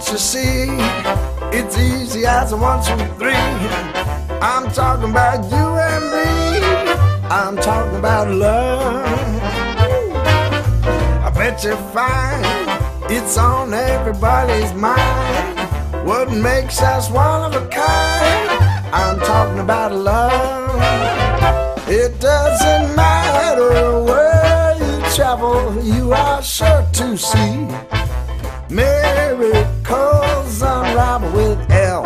can't you see? It's easy as a 1, 2, 3. I'm talking about you and me. I'm talking about love. I bet you find it's on everybody's mind. What makes us one of a kind? I'm talking about love. It doesn't matter where you travel, you are sure to see miracles unravel with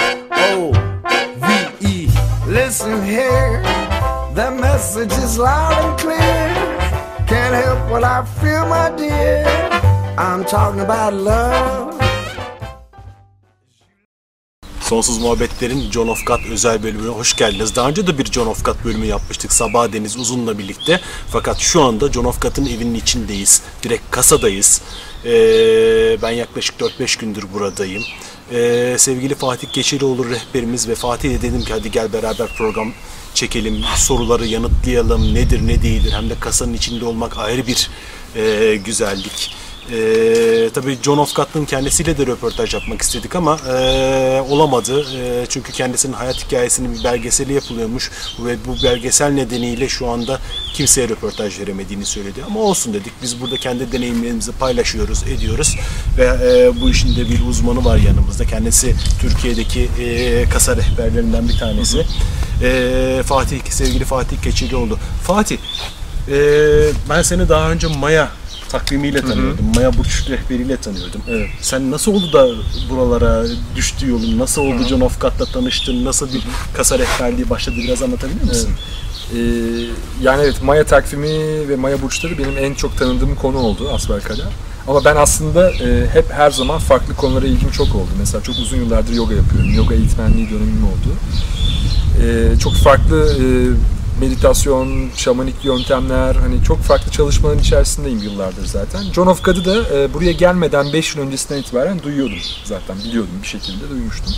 L-O-V-E. Listen here, the message is loud and clear. Can't help what I feel, my dear. I'm talking about love. Sonsuz Muhabbetler'in John of God özel bölümüne hoş geldiniz. Daha önce de bir John of God bölümü yapmıştık Sabah Deniz Uzun'la birlikte. Fakat şu anda John of God'ın evinin içindeyiz. Direkt kasadayız. Ben yaklaşık 4-5 gündür buradayım. Sevgili Fatih Geçerioğlu rehberimiz ve Fatih'e dedim ki hadi gel beraber program çekelim, soruları yanıtlayalım, nedir ne değildir. Hem de kasanın içinde olmak ayrı bir güzellik. Tabii John of God'ın kendisiyle de röportaj yapmak istedik ama olamadı. Çünkü kendisinin hayat hikayesinin bir belgeseli yapılıyormuş ve bu belgesel nedeniyle şu anda kimseye röportaj veremediğini söyledi. Ama olsun dedik. Biz burada kendi deneyimlerimizi paylaşıyoruz, ediyoruz ve bu işin de bir uzmanı var yanımızda. Kendisi Türkiye'deki kasa rehberlerinden bir tanesi. Fatih, sevgili Fatih Geçerioğlu. Fatih, ben seni daha önce Maya takvimiyle tanıyordum. Maya Burç rehberiyle tanıyordum. Evet. Sen nasıl oldu da buralara düştü yolun? Nasıl oldu John of God'la tanıştın? Nasıl bir kasa rehberliği başladı? Biraz anlatabilir misin? Evet. Yani evet, Maya takvimi ve Maya burçları benim en çok tanıdığım konu oldu asbelkader. Ama ben aslında hep her zaman farklı konulara ilgim çok oldu. Mesela çok uzun yıllardır yoga yapıyorum. Yoga eğitmenliği dönemim oldu. Çok farklı meditasyon, şamanik yöntemler, hani çok farklı çalışmaların içerisindeyim yıllardır zaten. John of God'ı da buraya gelmeden 5 yıl öncesinden itibaren duyuyordum zaten, biliyordum, bir şekilde duymuştum.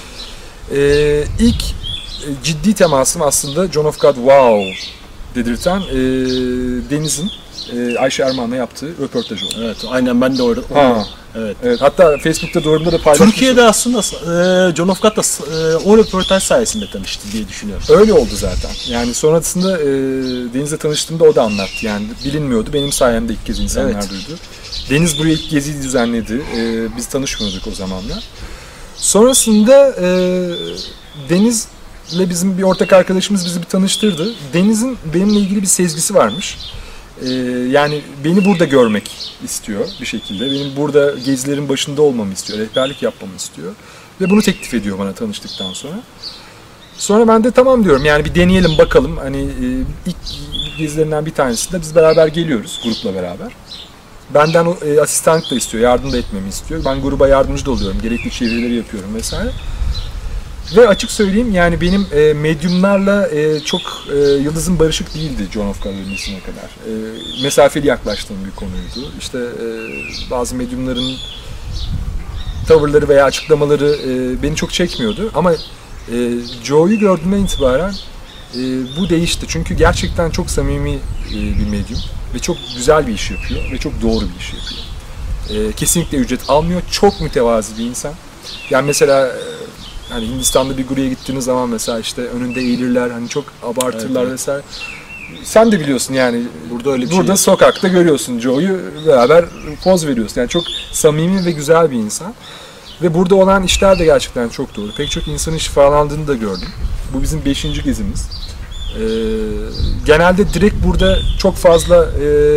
İlk ciddi temasım aslında John of God wow dedirten Deniz'in Ayşe Erman'la yaptığı röportaj oldu. Evet, aynen ben de orada. Evet. Evet. Hatta Facebook'ta durumda da paylaşmıştım. Türkiye'de aslında John of God'la o röportaj sayesinde tanıştı diye düşünüyorum. Öyle oldu zaten. Yani sonrasında Deniz'le tanıştığımda o da anlattı. Yani bilinmiyordu. Benim sayemde ilk kez insanlar duydu. Deniz buraya ilk geziyi düzenledi. Biz tanışmıyorduk o zamanlar. Sonrasında Deniz'le bizim bir ortak arkadaşımız bizi bir tanıştırdı. Deniz'in benimle ilgili bir sezgisi varmış. Yani beni burada görmek istiyor bir şekilde. Benim burada gezilerin başında olmamı istiyor, rehberlik yapmamı istiyor. Ve bunu teklif ediyor bana tanıştıktan sonra. Sonra ben de tamam diyorum, yani bir deneyelim bakalım. Hani ilk gezilerinden bir tanesinde biz beraber geliyoruz grupla beraber. Benden asistanlık da istiyor, yardım da etmemi istiyor. Ben gruba yardımcı da oluyorum, gerekli çevirileri yapıyorum vesaire. Ve açık söyleyeyim, yani benim medyumlarla çok yıldızım barışık değildi John of God öncesine kadar. Mesafeli yaklaştığım bir konuydu. İşte bazı medyumların tavırları veya açıklamaları beni çok çekmiyordu. Ama Joe'yu gördüğümden itibaren bu değişti. Çünkü gerçekten çok samimi bir medyum ve çok güzel bir iş yapıyor ve çok doğru bir iş yapıyor. Kesinlikle ücret almıyor. Çok mütevazi bir insan. Yani mesela hani Hindistan'da bir guruya gittiğiniz zaman mesela işte önünde eğilirler, hani çok abartırlar vesaire. Sen de biliyorsun yani. Burada öyle bir burada şey sokakta görüyorsun Joe'yu, beraber poz veriyorsun. Yani çok samimi ve güzel bir insan. Ve burada olan işler de gerçekten çok doğru. Pek çok insanın şifalandığını da gördüm. Bu bizim 5. gezimiz. Genelde direkt burada çok fazla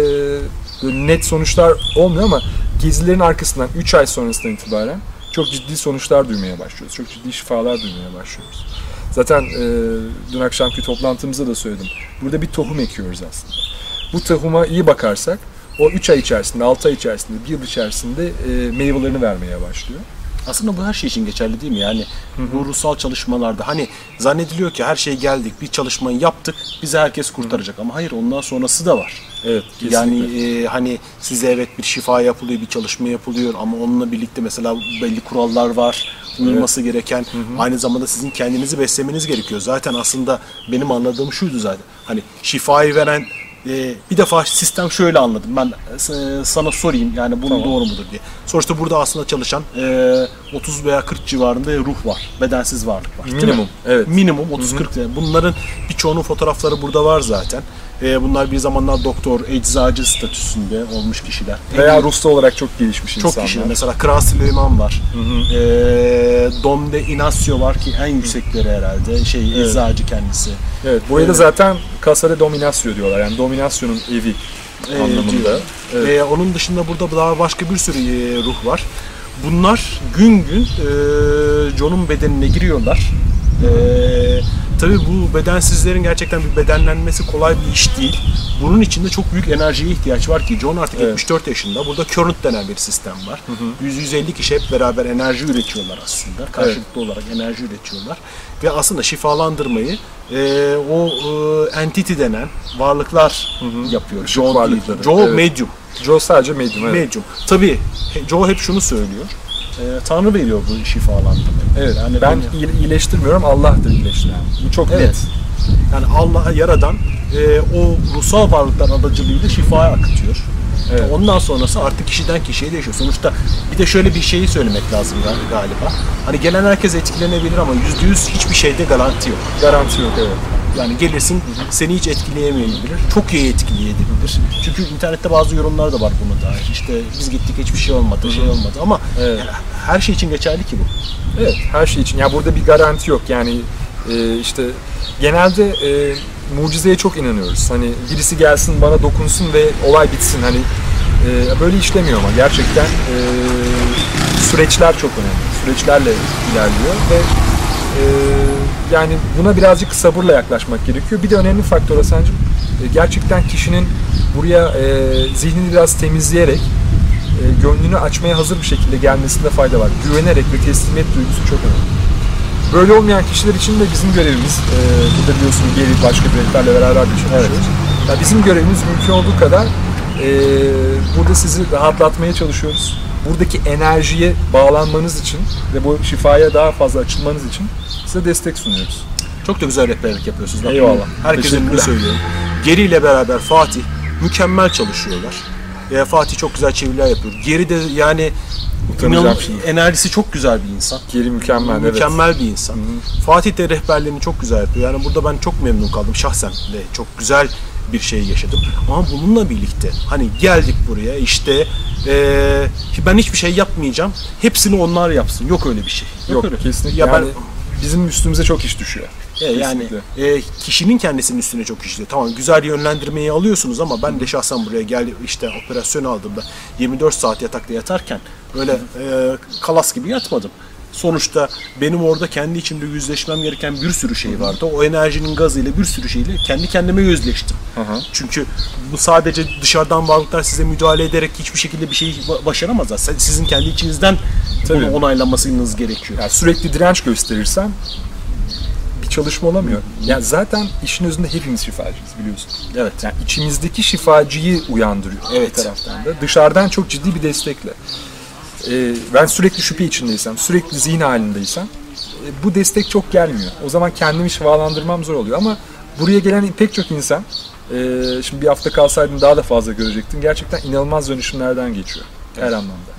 net sonuçlar olmuyor ama gezilerin arkasından 3 ay sonrasından itibaren çok ciddi sonuçlar duymaya başlıyoruz. Çok ciddi şifalar duymaya başlıyoruz. Zaten dün akşamki toplantımızda da söyledim. Burada bir tohum ekiyoruz aslında. Bu tohuma iyi bakarsak o 3 ay içerisinde, 6 ay içerisinde, 1 yıl içerisinde meyvelerini vermeye başlıyor. Aslında bu her şey için geçerli değil mi? Yani bu ruhsal çalışmalarda hani zannediliyor ki her şey geldik, bir çalışmayı yaptık, bizi herkes kurtaracak. Ama hayır, ondan sonrası da var. Evet, kesinlikle. Yani hani size evet bir şifa yapılıyor, bir çalışma yapılıyor ama onunla birlikte mesela belli kurallar var, uyulması gereken. Aynı zamanda sizin kendinizi beslemeniz gerekiyor. Zaten aslında benim anladığım şuydu zaten. Hani şifayı veren Bir defa sistem şöyle anladım. Ben sana sorayım yani bunun doğru mudur diye. Sonuçta burada aslında çalışan 30 veya 40 civarında ruh var. Bedensiz varlık var. Minimum. Evet. Minimum 30-40. Bunların birçoğunun fotoğrafları burada var zaten. Bunlar bir zamanlar doktor, eczacı statüsünde olmuş kişiler. Veya Rus'ta olarak çok gelişmiş insanlar. Çok kişi. Mesela Kral Süleyman var. Domde Inacio var ki en yüksekleri herhalde. Eczacı kendisi. Evet. Buraya da zaten Casa de Dominacio diyorlar. Yani dominasyonun evi anlamında. Evet. Onun dışında burada daha başka bir sürü ruh var. Bunlar gün gün John'un bedenine giriyorlar. Tabii bu bedensizlerin gerçekten bir bedenlenmesi kolay bir iş değil. Bunun için de çok büyük enerjiye ihtiyaç var ki John artık 74 yaşında. Burada current denen bir sistem var. 100-150 kişi hep beraber enerji üretiyorlar aslında. Karşılıklı olarak enerji üretiyorlar. Ve aslında şifalandırmayı o entity denen varlıklar yapıyor. Joe varlıkları. Joe medium. Joe sadece medium. Evet. Medium. Tabii Joe hep şunu söylüyor. Tanrı veriyor bu şifalandırmayı. Evet. Yani ben iyileştirmiyorum, Allah'tır iyileştiren. Bu çok net. Yani Allah'a yaradan o ruhsal varlıklar aracılığıyla şifaya akıtıyor. Evet. Ondan sonrası artık kişiden kişiye değişiyor. Sonuçta bir de şöyle bir şeyi söylemek lazım galiba. Hani gelen herkes etkilenebilir ama %100 hiçbir şeyde garanti yok. Garanti yok, evet. Yani gelirsin seni hiç etkileyemeyebilir. Çok iyi etkileyebilir. Çünkü internette bazı yorumlar da var buna dair. İşte biz gittik hiçbir şey olmadı, ama her şey için geçerli ki bu. Evet, her şey için. Ya burada bir garanti yok. Yani işte genelde mucizeye çok inanıyoruz. Hani birisi gelsin bana dokunsun ve olay bitsin. Hani böyle işlemiyor ama gerçekten süreçler çok önemli. Süreçlerle ilerliyor ve yani buna birazcık sabırla yaklaşmak gerekiyor. Bir de önemli faktör Hasan'cığım, gerçekten kişinin buraya zihnini biraz temizleyerek gönlünü açmaya hazır bir şekilde gelmesinde fayda var. Güvenerek ve teslimiyet duygusu çok önemli. Böyle olmayan kişiler için de bizim görevimiz, burada biliyorsun Geri başka bir rehberle beraber çalışıyoruz. Evet. Yani bizim görevimiz mümkün olduğu kadar burada sizi rahatlatmaya çalışıyoruz. Buradaki enerjiye bağlanmanız için ve bu şifaya daha fazla açılmanız için size destek sunuyoruz. Çok da güzel rehberlik yapıyorsunuz. Eyvallah. Herkesin bunu söylüyorum. Geri ile beraber Fatih mükemmel çalışıyorlar. Fatih çok güzel çeviriler yapıyor. Geri de yani enerjisi çok güzel bir insan. Geri mükemmel bir insan. Fatih de rehberlerini çok güzel yapıyor. Yani burada ben çok memnun kaldım şahsen de. Çok güzel bir şey yaşadım. Ama bununla birlikte hani geldik buraya işte ben hiçbir şey yapmayacağım. Hepsini onlar yapsın. Yok öyle bir şey. Yok öyle. Kesinlikle. Yani bizim üstümüze çok iş düşüyor. Yani kişinin kendisinin üstüne çok iş düşüyor. Tamam güzel yönlendirmeyi alıyorsunuz ama ben de şahsen buraya geldim işte operasyon aldığımda 24 saat yatakta yatarken öyle kalas gibi yatmadım. Sonuçta benim orada kendi içimde yüzleşmem gereken bir sürü şey vardı. O enerjinin gazıyla bir sürü şeyle kendi kendime yüzleştim. Çünkü bu sadece dışarıdan varlıklar size müdahale ederek hiçbir şekilde bir şeyi başaramazlar. Sizin kendi içinizden bunu onaylamanız gerekiyor. Yani sürekli direnç gösterirsen bir çalışma olamıyor. Yani zaten işin özünde hepimiz şifacıyız biliyorsun. Evet. Yani içimizdeki şifacıyı uyandırıyor bir taraftan da. Dışarıdan çok ciddi bir destekle. Ben sürekli şüphe içindeysem, sürekli zihin halindeysem bu destek çok gelmiyor. O zaman kendimi şifalandırmam zor oluyor ama buraya gelen pek çok insan, şimdi bir hafta kalsaydım daha da fazla görecektim. Gerçekten inanılmaz dönüşümlerden geçiyor her anlamda.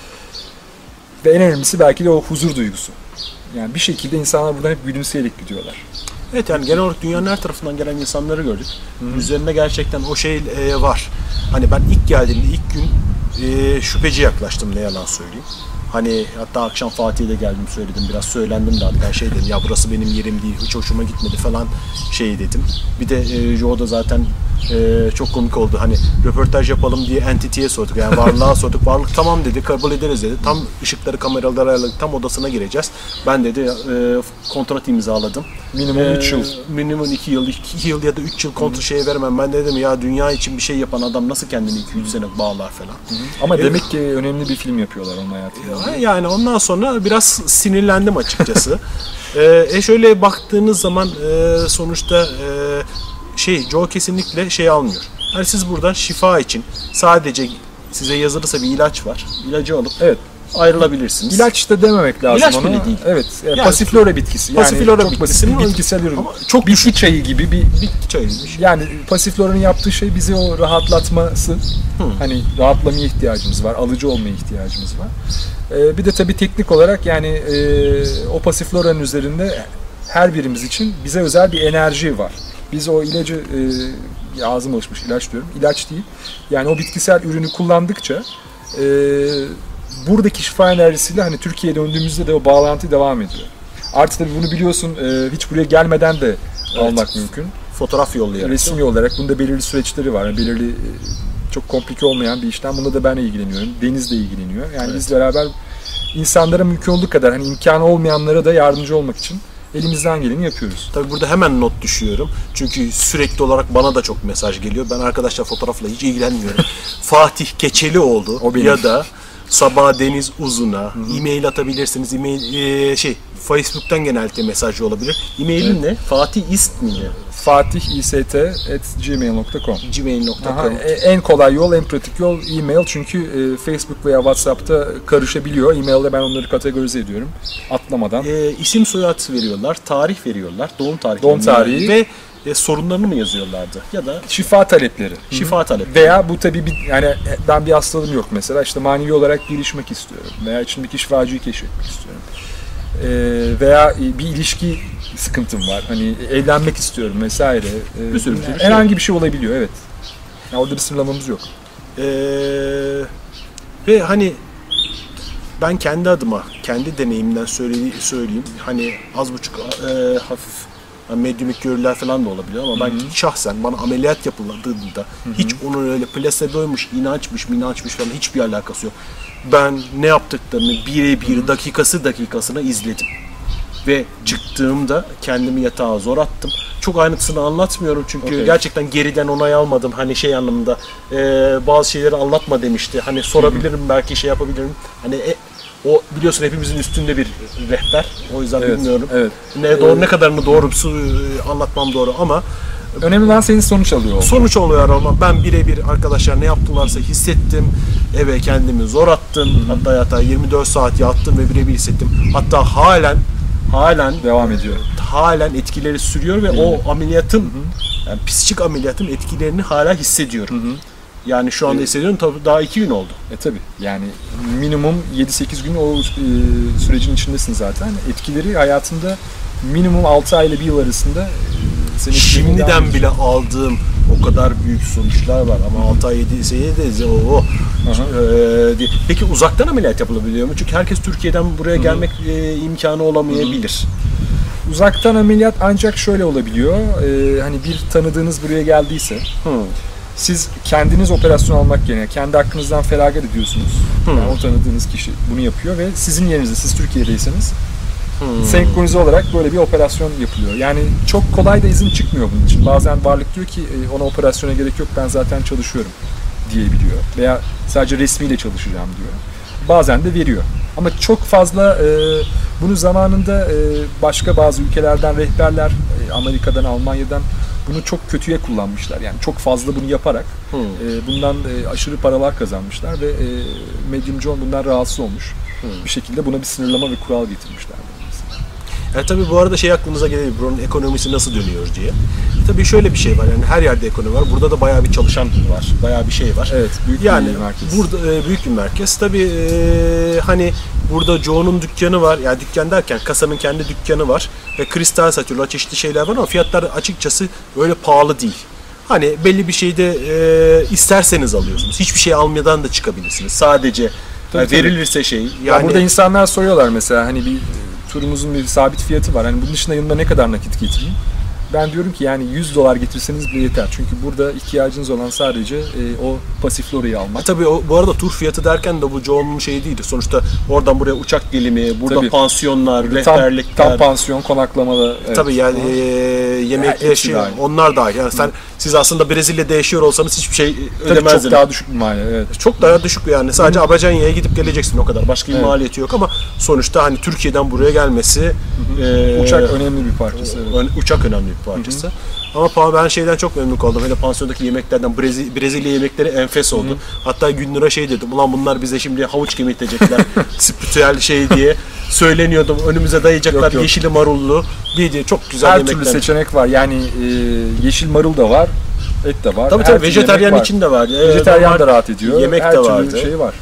Ve en önemlisi belki de o huzur duygusu. Yani bir şekilde insanlar buradan hep gülümseyerek gidiyorlar. Evet yani genel olarak dünyanın her tarafından gelen insanları gördük. Üzerinde gerçekten o şey var. Hani ben ilk geldiğimde ilk gün şüpheci yaklaştım ne yalan söyleyeyim. Hani hatta akşam Fatih'e de geldim söyledim biraz söylendim de hatta şey dedim ya burası benim yerim değil hiç hoşuma gitmedi falan şey dedim. Bir de Joe da zaten çok komik oldu hani röportaj yapalım diye entity'ye sorduk yani varlığa sorduk varlık tamam dedi kabul ederiz dedi tam ışıkları kameraları ayarladık tam odasına gireceğiz. Ben dedi kontrat imzaladım. Minimum 3 yıl. Minimum 2 yıl ya da 3 yıl kontrat şeye veremem. Ben de dedim ya dünya için bir şey yapan adam nasıl kendini 200 sene bağlar falan. Ama demek ki önemli bir film yapıyorlar onun hayatında. Yani ondan sonra biraz sinirlendim açıkçası. Şöyle baktığınız zaman sonuçta Joe kesinlikle şey almıyor. Yani siz buradan şifa için sadece size yazılırsa bir ilaç var. İlacı alıp Evet. ayrılabilirsiniz. İlaç da dememek lazım İlaç ona. bile değil. Evet. Yani Pasiflora bitkisi. Yani Pasiflora çok bitkisinin basit bir bitkisel ürün. ama çok bitki çayı gibi bir bitki çayıymış. yani pasiflora'nın yaptığı şey bizi o rahatlatması. Hani rahatlamaya ihtiyacımız var, alıcı olmaya ihtiyacımız var. Bir de tabii teknik olarak yani o pasiflora'nın üzerinde her birimiz için bize özel bir enerji var. Biz o ilacı ağzım alışmış ilaç diyorum. İlaç değil. Yani o bitkisel ürünü kullandıkça buradaki şifa enerjisiyle hani Türkiye'ye döndüğümüzde de o bağlantı devam ediyor. Artık tabii bunu biliyorsun hiç buraya gelmeden de almak mümkün. Fotoğraf yollayarak. Resmi olarak bunda belirli süreçleri var. Yani belirli çok komplike olmayan bir işlem. Bunda da ben ilgileniyorum. Deniz de ilgileniyor. Yani biz beraber insanlara mümkün olduğu kadar hani imkanı olmayanlara da yardımcı olmak için elimizden geleni yapıyoruz. Tabii burada hemen not düşüyorum. Çünkü sürekli olarak bana da çok mesaj geliyor. Ben arkadaşlar fotoğrafla hiç ilgilenmiyorum. Fatih Keçelioğlu O benim. ya da Sabah Deniz Uzun'a e-mail atabilirsiniz. Facebook'tan genellikle mesaj olabilir. E-mailin ne? Fatih İst mi? fatihist@gmail.com gmail.com. En kolay yol, en pratik yol e-mail çünkü Facebook veya WhatsApp'ta karışabiliyor. E-mail'de ben onları kategorize ediyorum atlamadan. İsim soyad veriyorlar, tarih veriyorlar, doğum tarihi. ve sorunlarını mı yazıyorlardı ya da Şifa talepleri. şifa talepleri. Veya bu tabii yani ben bir hastalığım yok mesela işte manevi olarak gelişmek istiyorum veya içimdeki şifacıyı keşfetmek istiyorum. Veya bir ilişki sıkıntım var. Hani evlenmek istiyorum vesaire. Bir sürü şey. Herhangi bir şey olabiliyor evet. Yani orada bir sınırlamamız yok. Ve hani ben kendi adıma, kendi deneyimden söyleyeyim. Hani az buçuk hafif medyumik görüler falan da olabilir ama ben şahsen bana ameliyat yapıldığında hiç onun öyle plaseboymuş, inançmış falan hiçbir alakası yok. Ben ne yaptıklarını birebir dakikasına izledim. Ve çıktığımda kendimi yatağa zor attım. Çok ayrıntısını anlatmıyorum çünkü gerçekten geriden onay almadım. Hani şey anlamında bazı şeyleri anlatma demişti. Hani sorabilirim belki şey yapabilirim. Hani o biliyorsun hepimizin üstünde bir rehber. O yüzden bilmiyorum. Evet. Ne kadarını doğru anlatmam doğru ama önemli olan senin sonuç alıyor olman. Sonuç oluyor ama ben birebir arkadaşlar ne yaptılarsa hissettim. Eve kendimi zor attım. Hatta 24 saat yattım ve birebir hissettim. Hatta halen devam ediyor. Halen etkileri sürüyor ve o ameliyatın yani psikik ameliyatın etkilerini hala hissediyorum. Yani şu anda hissediyorum tabii daha 2 gün oldu. Tabii yani minimum 7-8 gün o sürecin içindesin zaten. Etkileri hayatında minimum 6 ay ile 1 yıl arasında şimdiden bile aldığım o kadar büyük sonuçlar var ama 6 ay 7 senedeyiz. Peki uzaktan ameliyat yapılabiliyor mu? Çünkü herkes Türkiye'den buraya gelmek imkanı olamayabilir. Uzaktan ameliyat ancak şöyle olabiliyor. Hani bir tanıdığınız buraya geldiyse siz kendiniz operasyon almak yerine kendi hakkınızdan feragat ediyorsunuz. Yani o tanıdığınız kişi bunu yapıyor ve sizin yerinizde siz Türkiye'deyseniz senkronize olarak böyle bir operasyon yapılıyor. Yani çok kolay da izin çıkmıyor bunun için. Bazen varlık diyor ki ona operasyona gerek yok ben zaten çalışıyorum diyebiliyor. Veya sadece resmiyle çalışacağım diyor. Bazen de veriyor. Ama çok fazla bunu zamanında başka bazı ülkelerden rehberler, Amerika'dan, Almanya'dan bunu çok kötüye kullanmışlar. Yani çok fazla bunu yaparak bundan aşırı paralar kazanmışlar ve Medium John bundan rahatsız olmuş. Bir şekilde buna bir sınırlama ve kural getirmişler. Tabii bu arada şey aklımıza gelebilir, buranın ekonomisi nasıl dönüyor diye. Tabii şöyle bir şey var, yani her yerde ekonomi var. Burada da bayağı bir çalışan var, bayağı bir şey var. Evet, büyük yani bir merkez. Burada büyük bir merkez. Tabii hani burada Joe'nun dükkanı var. Yani dükkan derken kasanın kendi dükkanı var ve kristal satıyorlar, çeşitli şeyler var ama fiyatlar açıkçası öyle pahalı değil. Hani belli bir şeyde isterseniz alıyorsunuz. Hiçbir şey almadan da çıkabilirsiniz. Sadece verilirse şey. Yani burada insanlar soruyorlar mesela hani bir turumuzun bir sabit fiyatı var. Hani bunun dışında yanında ne kadar nakit getireyim? Ben diyorum ki yani $100 getirseniz bile yeter. Çünkü burada ihtiyacınız olan sadece o pasiflorayı almak. Tabii bu arada tur fiyatı derken de bu Joe'nun şeyi değildi. Sonuçta oradan buraya uçak gelimi, burada tabii. Pansiyonlar, rehberlikler. Tam pansiyon, konaklamalı. Evet. Tabii yani yemekler şey, onlar dahil. Yani sen Siz aslında Brezilya'da yaşıyor olsanız hiçbir şey Tabii ödemezdiniz. çok daha düşük bir maliyet. Evet. Çok daha düşük yani. Sadece Abajanya'ya gidip geleceksin o kadar. Başka bir maliyeti yok ama sonuçta hani Türkiye'den buraya gelmesi Uçak önemli bir parçası. Evet. uçak önemli bir parçası. Ama ben şeyden çok memnun kaldım. Hele pansiyondaki yemeklerden Brezilya yemekleri enfes oldu. Hatta Gündür'e şey dedim. Ulan bunlar bize şimdi havuç kemirtecekler. Spiritüel şey diye söyleniyordum. Önümüze dayayacaklar Yok. yeşili marullu. Bir diye çok güzel Her yemekler. türlü seçenek var. Yani yeşil marul da var, et de var. Tabii Her türlü vejetaryen yemek var. için de var. Vejetaryen de rahat ediyor. Yemek her de türlü vardı. şey var.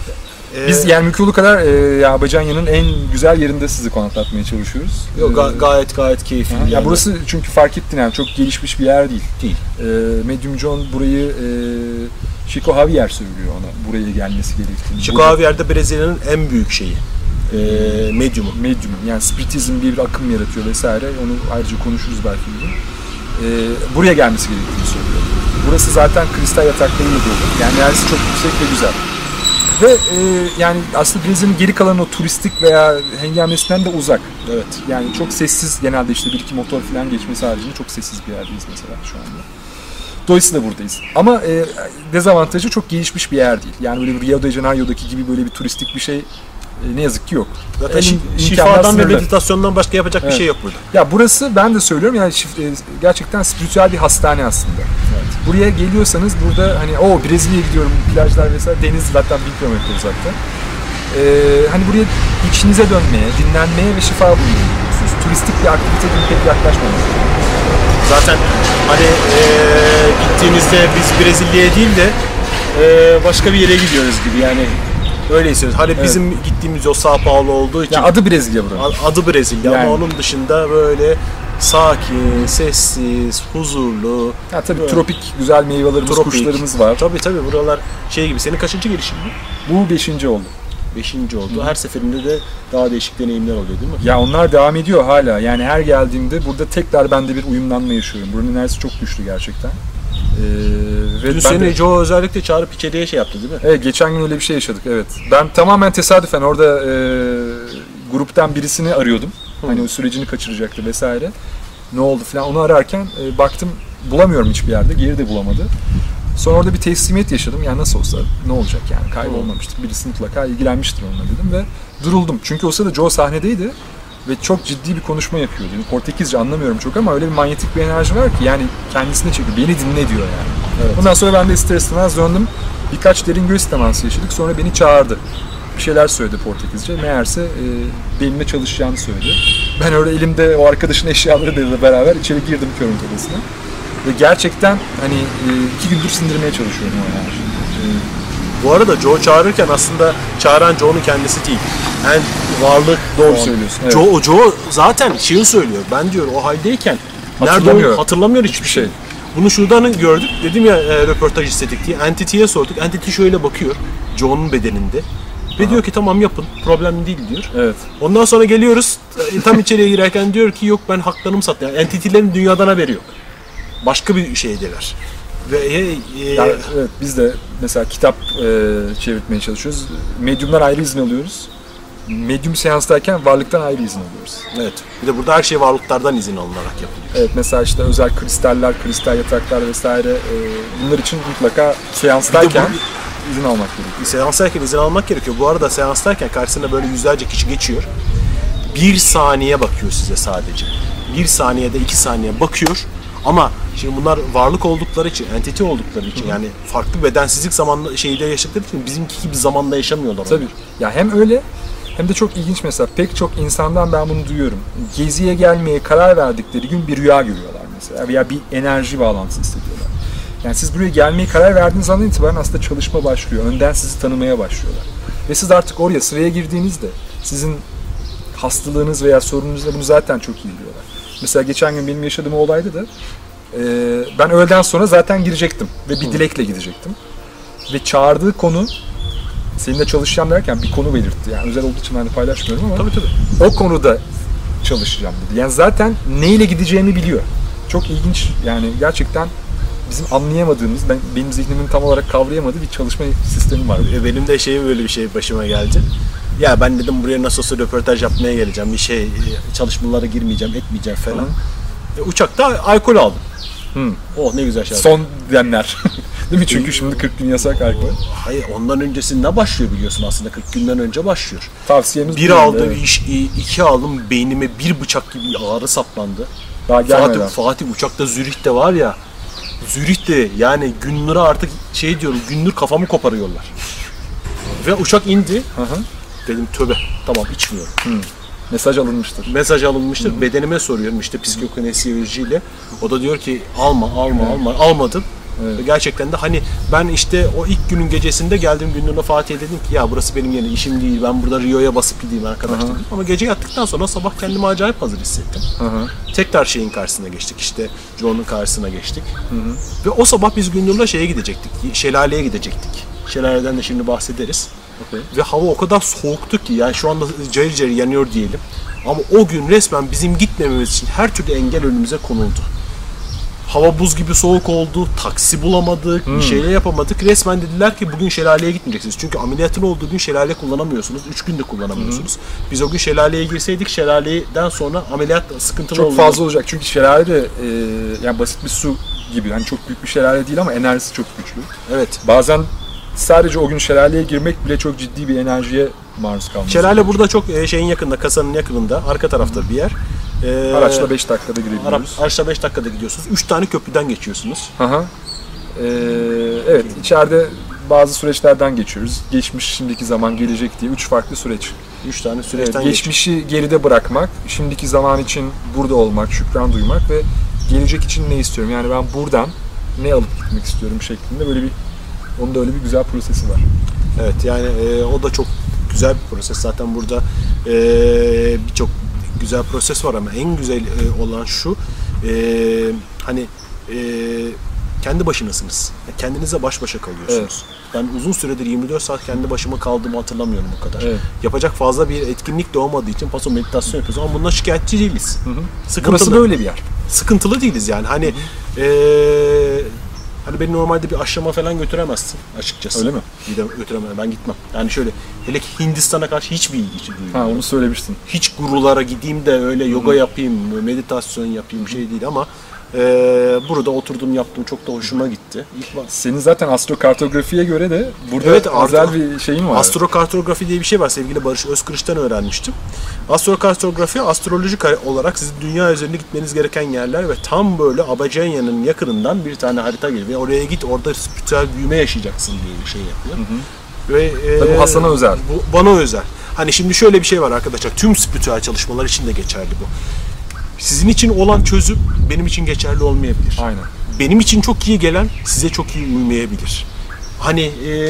Biz yani mümkün olduğu kadar Abajanya'nın en güzel yerinde sizi konaklatmaya çalışıyoruz. Yok, gayet keyifli. Yani. Ya burası çünkü fark ettin yani çok gelişmiş bir yer değil. Değil. Medium John burayı Chico Javier söylüyor ona buraya gelmesi gerektiğini. Chico Javier'de Brezilya'nın en büyük şeyi. Medium'u. Medium. Yani spiritizm diye bir akım yaratıyor vesaire. Onu ayrıca konuşuruz belki bugün. Buraya gelmesi gerektiğini söylüyor. Burası zaten kristal yataklarıyla dolu. Yani enerjisi çok yüksek ve güzel. Ve yani aslında Brezilya'nın geri kalan o turistik veya hengamesinden de uzak. Evet. Yani çok sessiz, genelde işte bir iki motor falan geçmesi haricinde çok sessiz bir yerdeyiz mesela şu anda. Dolayısıyla buradayız. Ama dezavantajı çok gelişmiş bir yer değil. Yani böyle bir Rio de Janeiro'daki gibi böyle bir turistik bir şey ne yazık ki yok. Zaten şifadan ve meditasyondan başka yapacak bir şey yok burada. Ya burası ben de söylüyorum yani gerçekten spiritüel bir hastane aslında. Evet. Buraya geliyorsanız burada hani Brezilya'ya gidiyorum plajlar vesaire deniz zaten 1000 kilometre uzakta. Hani buraya içinize dönmeye, dinlenmeye ve şifa bulmaya gidiyorsunuz. Turistik bir aktivite gibi pek yaklaşmamak. Zaten hani gittiğimizde biz Brezilya'ya değil de başka bir yere gidiyoruz gibi yani. Öyle hissediyoruz. Hani bizim gittiğimiz yol Sao Paulo olduğu için. Ya adı Brezilya buranın. Adı Brezilya yani. ama onun dışında böyle sakin, sessiz, huzurlu. Ya tabii tropik güzel meyvelerimiz, kuşlarımız var. Tabii buralar şey gibi. Senin kaçıncı gelişin bu? Bu 5. oldu. 5. oldu. Her seferinde de daha değişik deneyimler oluyor değil mi? Ya onlar devam ediyor hala. Yani her geldiğimde burada tekrar bende bir uyumlanma yaşıyorum. Buranın enerjisi çok güçlü gerçekten. Dün seni Joe özellikle çağırıp içeriye şey yaptı değil mi? Evet, geçen gün öyle bir şey yaşadık, evet. Ben tamamen tesadüfen orada gruptan birisini arıyordum. Hani o sürecini kaçıracaktı vesaire. Ne oldu falan onu ararken baktım bulamıyorum hiçbir yerde. Geri de bulamadı. Sonra orada bir teslimiyet yaşadım. Yani nasıl olsa ne olacak yani kaybolmamıştır. Birisi mutlaka ilgilenmiştir onunla dedim ve duruldum. Çünkü o sırada Joe sahnedeydi. Ve çok ciddi bir konuşma yapıyordu. Yani Portekizce anlamıyorum çok ama öyle bir manyetik bir enerji var ki yani kendisine çekiyor. Beni dinle diyor yani. Evet. Ondan sonra ben de ister istemez döndüm. Birkaç derin göğüs teması yaşadık. Sonra beni çağırdı. Bir şeyler söyledi Portekizce. Meğerse benimle çalışacağını söyledi. Ben öyle elimde o arkadaşın eşyalarıyla beraber içeri girdim Körünt odasına. Ve gerçekten hani 2 gündür sindirmeye çalışıyorum o enerjiyi. Bu arada Joe çağırırken aslında çağıran Joe'nun kendisi değil. Yani varlık. Doğru söylüyorsun. Evet. Joe zaten şeyi söylüyor. Ben diyor o haldeyken hatırlamıyor hiçbir şey. Bunu şuradan gördük. Dedim ya röportaj istedik diye. Entity'ye sorduk. Entity şöyle bakıyor Joe'nun bedeninde. Ve diyor ki tamam yapın. Problem değil diyor. Evet. Ondan sonra geliyoruz. Tam içeriye girerken diyor ki yok ben haklarımı sattım. Yani Entity'lerin dünyadan haberi yok. Başka bir şeydeler. Yani, evet, biz de mesela kitap çevirtmeye çalışıyoruz. Medyumdan ayrı izin alıyoruz. Medyum seanstayken varlıktan ayrı izin alıyoruz. Evet. Bir de burada her şey varlıklardan izin alınarak yapılıyor. Evet, mesela işte özel kristaller, kristal yataklar vesaire bunlar için mutlaka seanstayken izin almak gerekiyor. Seanstayken izin almak gerekiyor. Bu arada seanstayken karşısına böyle yüzlerce kişi geçiyor. 1 saniye bakıyor size sadece. 1 saniyede 2 saniye bakıyor. Ama şimdi bunlar varlık oldukları için, entity oldukları için yani farklı bedensizlik zamanla şeyde yaşadıkları için bizimki gibi zamanda yaşamıyorlar. Tabii. Ya hem öyle hem de çok ilginç mesela pek çok insandan ben bunu duyuyorum. Geziye gelmeye karar verdikleri gün bir rüya görüyorlar mesela veya bir enerji bağlantısı hissediyorlar. Yani siz buraya gelmeye karar verdiğiniz andan itibaren aslında çalışma başlıyor. Önden sizi tanımaya başlıyorlar. Ve siz artık oraya sıraya girdiğinizde sizin hastalığınız veya sorununuzla bunu zaten çok iyi biliyorlar. Mesela geçen gün benim yaşadığım olayda da ben öğleden sonra zaten girecektim ve bir dilekle gidecektim. Ve çağırdığı konu seninle çalışacağım derken bir konu belirtti. Yani özel olduğu için ben de paylaşmıyorum ama tabii. O konuda çalışacağım dedi. Yani zaten neyle gideceğimi biliyor. Çok ilginç yani gerçekten bizim anlayamadığımız, benim zihnimin tam olarak kavrayamadığı bir çalışma sistemi var. Benim de böyle bir şey başıma geldi. Ya ben dedim buraya nasıl olsa röportaj yapmaya geleceğim. Bir çalışmalara girmeyeceğim, etmeyeceğim falan. Uçakta alkol aldım. Oh ne güzel şarkı. Son demler. Değil mi? Çünkü şimdi 40 gün yasak alkol. Hayır, ondan öncesinde başlıyor biliyorsun aslında. 40 günden önce başlıyor. Tavsiyemiz Bir bu aldım, yönde, evet. iki aldım, beynime bir bıçak gibi ağrı saplandı. Daha gelmeden. Fatih uçakta Zürih'te var ya, Zürih'te yani Günnur'a artık şey diyorum, Günnur kafamı koparıyorlar. Ve uçak indi. Dedim tövbe, tamam içmiyorum. Mesaj alınmıştır. Mesaj alınmıştır. Bedenime soruyorum işte psikokinesiyolojiyle. O da diyor ki alma. Almadım. Evet. Ve gerçekten de hani ben işte o ilk günün gecesinde geldim Gündür'le Fatih'e dedim ki ya burası benim yeni işim değil. Ben burada Rio'ya basıp gideyim arkadaş dedim. Ama gece yattıktan sonra sabah kendimi acayip hazır hissettim. Tekrar şeyin karşısına geçtik işte. John'un karşısına geçtik. Ve o sabah biz Gündür'le şeye gidecektik. Şelaleye gidecektik. Şelaleden de şimdi bahsederiz. Okay. Ve hava o kadar soğuktu ki yani şu anda cayır cayır yanıyor diyelim. Ama o gün resmen bizim gitmememiz için her türlü engel önümüze konuldu. Hava buz gibi soğuk oldu, taksi bulamadık, bir şeyler yapamadık. Resmen dediler ki bugün şelaleye gitmeyeceksiniz. Çünkü ameliyatın olduğu gün şelale kullanamıyorsunuz, 3 günde kullanamıyorsunuz. Biz o gün şelaleye girseydik şelaleden sonra ameliyat sıkıntılı olurdu. Çok fazla olacak çünkü şelale de yani basit bir su gibi. Hani çok büyük bir şelale değil ama enerjisi çok güçlü. Evet. Bazen sadece o gün şelaleye girmek bile çok ciddi bir enerjiye maruz kalması. Şelale burada çok şeyin yakında, kasanın yakınında, arka tarafta bir yer. Araçla 5 dakikada girebiliyoruz. Araçla 5 dakikada gidiyorsunuz. 3 tane köprüden geçiyorsunuz. Evet, içeride bazı süreçlerden geçiyoruz. Geçmiş, şimdiki zaman, gelecek diye 3 farklı süreç. 3 tane süreçten geçmişi geride bırakmak, şimdiki zaman için burada olmak, şükran duymak ve gelecek için ne istiyorum? Yani ben buradan ne alıp gitmek istiyorum şeklinde böyle bir, onun da öyle bir güzel prosesi var. Evet, yani o da çok güzel bir proses. Zaten burada birçok güzel proses var ama en güzel olan şu, hani kendi başınasınız. Kendinize baş başa kalıyorsunuz. Evet. Ben uzun süredir 24 saat kendi başıma kaldığımı hatırlamıyorum o kadar. Evet. Yapacak fazla bir etkinlik de olmadığı için paso meditasyon yapıyoruz ama bundan şikayetçi değiliz. Sıkıntılı. Burası böyle bir yer. Sıkıntılı değiliz yani. Hani hani beni normalde bir aşama falan götüremezsin açıkçası. Öyle mi? Götüremem, ben gitmem. Yani şöyle, hele ki Hindistan'a karşı hiçbir ilgi duymuyorum. Onu söylemiştin. Hiç gurulara gideyim de öyle yoga yapayım, meditasyon yapayım şey değil ama burada oturdum yaptım, çok da hoşuma gitti. Senin zaten astrokartografiye göre de burada özel bir şeyin var. Astrokartografi diye bir şey var. Sevgili Barış Özkırış'tan öğrenmiştim. Astrokartografi, astrolojik olarak sizin dünya üzerinde gitmeniz gereken yerler ve tam böyle Abacanya'nın yakınından bir tane harita geliyor. Ve oraya git, orada spiritüel büyüme yaşayacaksın diye bir şey yapıyor. Ve bu Hasan'a özel. Bu bana özel. Hani şimdi şöyle bir şey var arkadaşlar. Tüm spiritüel çalışmalar için de geçerli bu. Sizin için olan çözüm benim için geçerli olmayabilir. Aynen. Benim için çok iyi gelen size çok iyi uymayabilir. Hani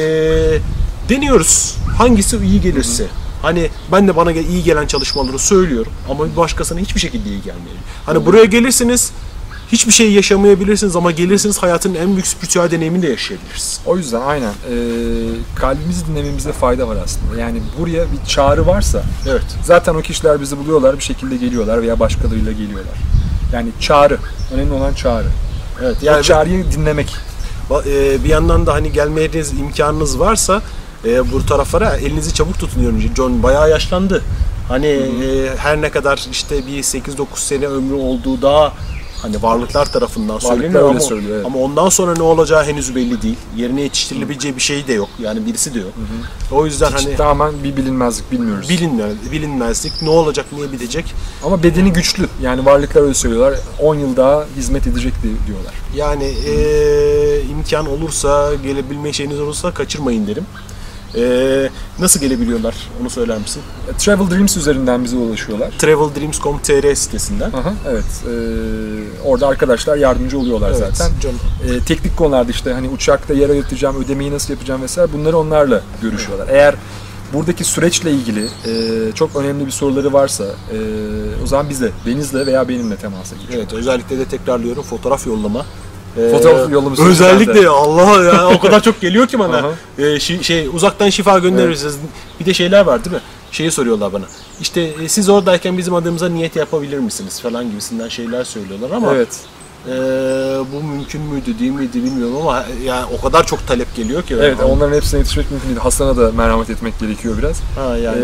deniyoruz. Hangisi iyi gelirse. Hani ben de bana iyi gelen çalışmaları söylüyorum ama bir başkasına hiçbir şekilde iyi gelmeyebilir. Hani buraya gelirsiniz, hiçbir şey yaşamayabilirsiniz ama gelirsiniz hayatın en büyük spiritüel deneyimini de yaşayabilirsiniz. O yüzden aynen. Kalbimizi dinlememizde fayda var aslında. Yani buraya bir çağrı varsa zaten o kişiler bizi buluyorlar, bir şekilde geliyorlar veya başkalarıyla geliyorlar. Yani çağrı. Önemli olan çağrı. Evet, yani o çağrıyı dinlemek. Bir yandan da hani gelmeye imkanınız varsa bu taraflara elinizi çabuk tutun diyorum. John bayağı yaşlandı. Hani her ne kadar işte bir 8-9 sene ömrü olduğu daha hani varlıklar tarafından söyleniyor ama ondan sonra ne olacağı henüz belli değil. Yerine yetiştirilebileceği bir şey de yok. Yani birisi de yok. O yüzden hani tamamen bir bilinmezlik, bilmiyoruz. Bilinmezlik. Ne olacak, niye bitecek? Ama bedeni güçlü. Yani varlıklar öyle söylüyorlar. 10 yıl daha hizmet edecek diyorlar. Yani imkan olursa, gelebilme şeyiniz olursa kaçırmayın derim. Nasıl gelebiliyorlar? Onu söyler misin? Travel Dreams üzerinden bize ulaşıyorlar. traveldreams.com.tr sitesinden. Evet. Orada arkadaşlar yardımcı oluyorlar zaten. Teknik konularda işte hani uçakta yer ayırtacağım, ödemeyi nasıl yapacağım vesaire bunları onlarla görüşüyorlar. Eğer buradaki süreçle ilgili çok önemli bir soruları varsa o zaman bizle, Deniz'le veya benimle temasa geçiyor. Evet, özellikle de tekrarlıyorum fotoğraf yollama. Fotoğraf yollaması özellikle Allah ya o kadar çok geliyor ki bana. Uzaktan şifa gönderirsiniz. Bir de şeyler var değil mi? Şeyi soruyorlar bana. İşte siz oradayken bizim adımıza niyet yapabilir misiniz falan gibisinden şeyler söylüyorlar ama bu mümkün müydü değil miydi bilmiyorum ama yani o kadar çok talep geliyor ki. Evet, onların hepsine yetişmek mümkün değil. Hasan'a da merhamet etmek gerekiyor biraz.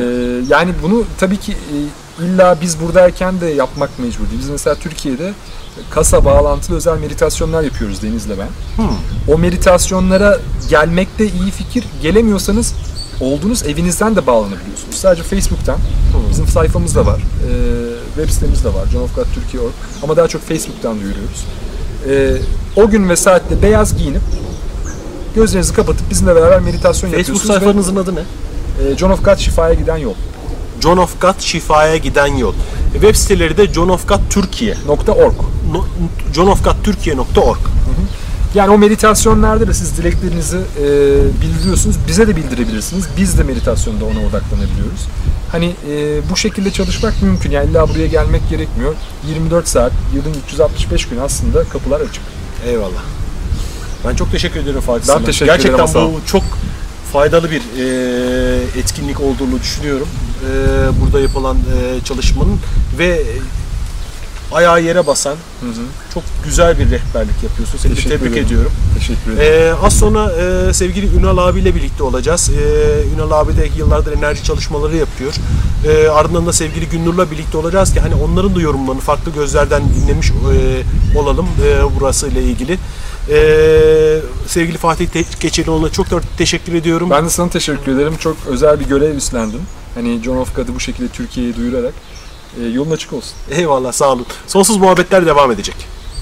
Yani bunu tabii ki illa biz buradayken de yapmak mecbur değil. Biz mesela Türkiye'de kasa bağlantılı özel meditasyonlar yapıyoruz Deniz'le ben. O meditasyonlara gelmek de iyi fikir. Gelemiyorsanız olduğunuz evinizden de bağlanabiliyorsunuz. Sadece Facebook'tan. Bizim sayfamız da var. Web sitemiz de var. johnofgutturkey.org. Ama daha çok Facebook'tan duyuruyoruz. O gün ve saatte beyaz giyinip gözlerinizi kapatıp bizimle beraber meditasyon yapıyorsunuz. Facebook sayfanızın adı ne? John of God Şifaya Giden Yol. John of God Şifaya Giden Yol. Web siteleri de johnofgodturkiye.org. johnofgodturkiye.org. Yani o meditasyonlarda da siz dileklerinizi bildiriyorsunuz. Bize de bildirebilirsiniz. Biz de meditasyonda ona odaklanabiliyoruz. Hani bu şekilde çalışmak mümkün. Yani illa buraya gelmek gerekmiyor. 24 saat, yılın 365 gün aslında kapılar açık. Eyvallah. Ben çok teşekkür ederim Fatih. Ben teşekkür ederim. Gerçekten bu çok faydalı bir etkinlik olduğunu düşünüyorum. Burada yapılan çalışmanın ve ayağı yere basan çok güzel bir rehberlik yapıyorsun. Seni tebrik ediyorum. Teşekkür ederim. Az sonra sevgili Ünal abiyle birlikte olacağız. Ünal abi de yıllardır enerji çalışmaları yapıyor. Ardından da sevgili Günnur'la birlikte olacağız ki hani onların da yorumlarını farklı gözlerden dinlemiş olalım burası ile ilgili. Sevgili Fatih Keçelioğlu'na çok da teşekkür ediyorum. Ben de sana teşekkür ederim. Çok özel bir görev üstlendin. Hani John of God'ı bu şekilde Türkiye'ye duyurarak yolun açık olsun. Eyvallah, sağ olun. Sonsuz muhabbetler devam edecek.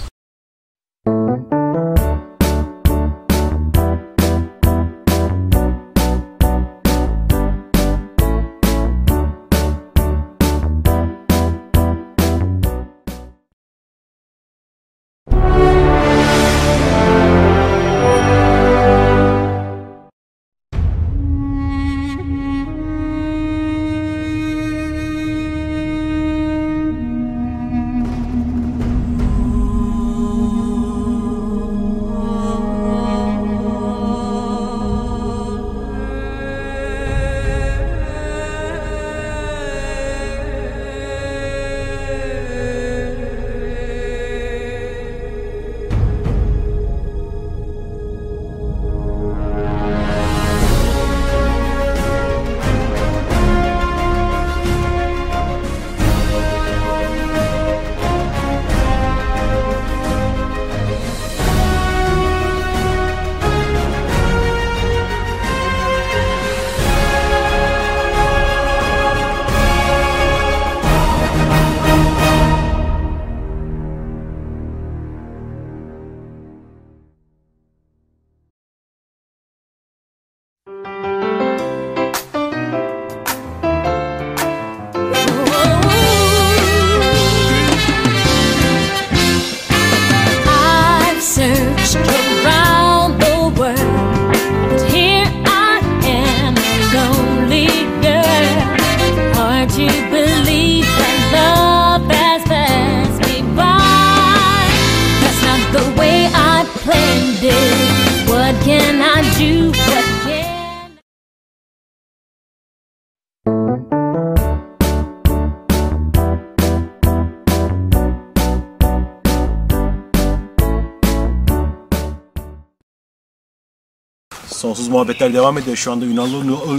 Sonsuz muhabbetler devam ediyor. Şu anda Ünal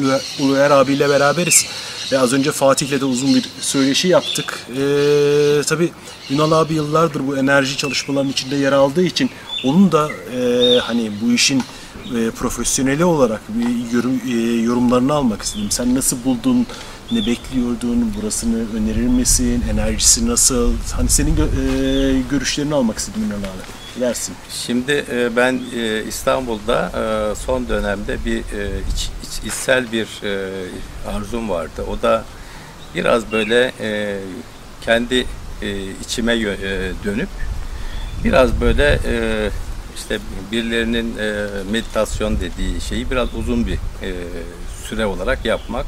Uluer abiyle beraberiz. Az önce Fatih'le de uzun bir söyleşi yaptık. Tabii Ünal abi yıllardır bu enerji çalışmalarının içinde yer aldığı için onun da hani bu işin profesyoneli olarak yorumlarını almak istedim. Sen nasıl buldun? Ne bekliyordun? Burasını önerir misin? Enerjisi nasıl? Hani senin görüşlerini almak istedim Ünal abi. Dersin. Şimdi ben İstanbul'da son dönemde bir içsel bir arzum vardı. O da biraz böyle kendi içime dönüp biraz böyle işte birilerinin meditasyon dediği şeyi biraz uzun bir süre olarak yapmak.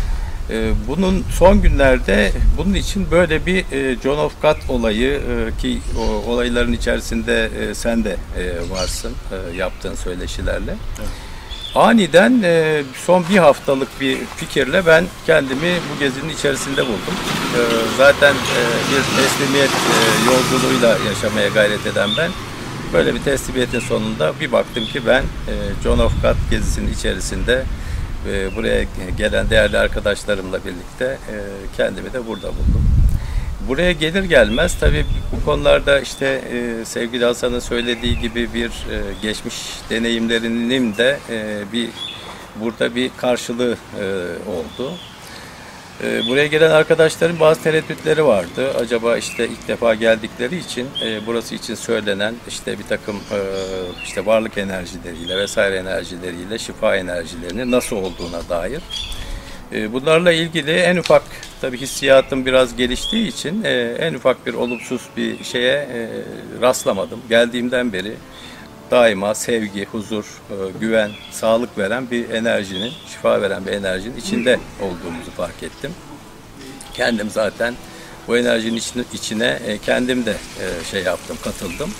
Bunun son günlerde bunun için böyle bir John of God olayı ki o olayların içerisinde sen de varsın yaptığın söyleşilerle. Evet. Aniden son bir haftalık bir fikirle ben kendimi bu gezinin içerisinde buldum. Zaten bir teslimiyet yolculuğuyla yaşamaya gayret eden ben böyle bir teslimiyetin sonunda bir baktım ki ben John of God gezisinin içerisinde buraya gelen değerli arkadaşlarımla birlikte kendimi de burada buldum. Buraya gelir gelmez tabii bu konularda işte sevgili Hasan'ın söylediği gibi bir geçmiş deneyimlerinin de burada bir karşılığı oldu. Buraya gelen arkadaşların bazı tereddütleri vardı. Acaba işte ilk defa geldikleri için burası için söylenen işte bir takım işte varlık enerjileriyle vesaire enerjileriyle şifa enerjilerinin nasıl olduğuna dair. Bunlarla ilgili en ufak tabii hissiyatım biraz geliştiği için en ufak bir olumsuz bir şeye rastlamadım. Geldiğimden beri daima sevgi, huzur, güven, sağlık veren bir enerjinin, şifa veren bir enerjinin içinde olduğumuzu fark ettim. Kendim zaten bu enerjinin içine kendim de şey yaptım, katıldım.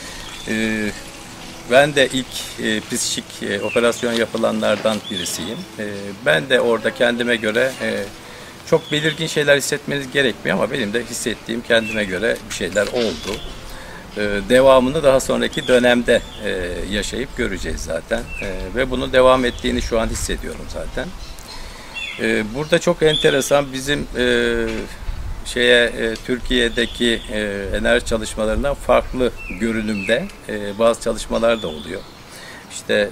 Ben de ilk psikik operasyon yapılanlardan birisiyim. Ben de orada kendime göre çok belirgin şeyler hissetmeniz gerekmiyor ama benim de hissettiğim kendime göre bir şeyler oldu. Devamını daha sonraki dönemde yaşayıp göreceğiz zaten. Ve bunun devam ettiğini şu an hissediyorum zaten. Burada çok enteresan bizim Türkiye'deki enerji çalışmalarından farklı görünümde bazı çalışmalar da oluyor. İşte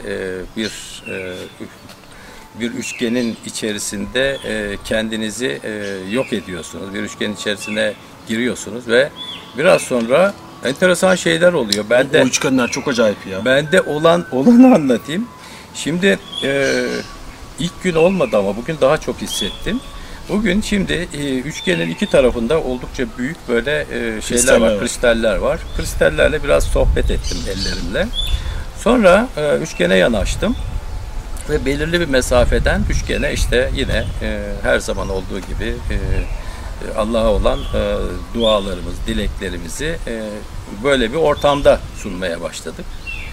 bir üçgenin içerisinde kendinizi yok ediyorsunuz. Bir üçgenin içerisine giriyorsunuz ve biraz sonra enteresan şeyler oluyor. O üçgenler çok acayip ya. Ben de olanı anlatayım. Şimdi ilk gün olmadı ama bugün daha çok hissettim. Bugün şimdi üçgenin iki tarafında oldukça büyük böyle şeyler var, kristaller var. Kristallerle biraz sohbet ettim ellerimle. Sonra üçgene yanaştım ve belirli bir mesafeden üçgene işte yine her zaman olduğu gibi Allah'a olan dualarımız, dileklerimizi böyle bir ortamda sunmaya başladık.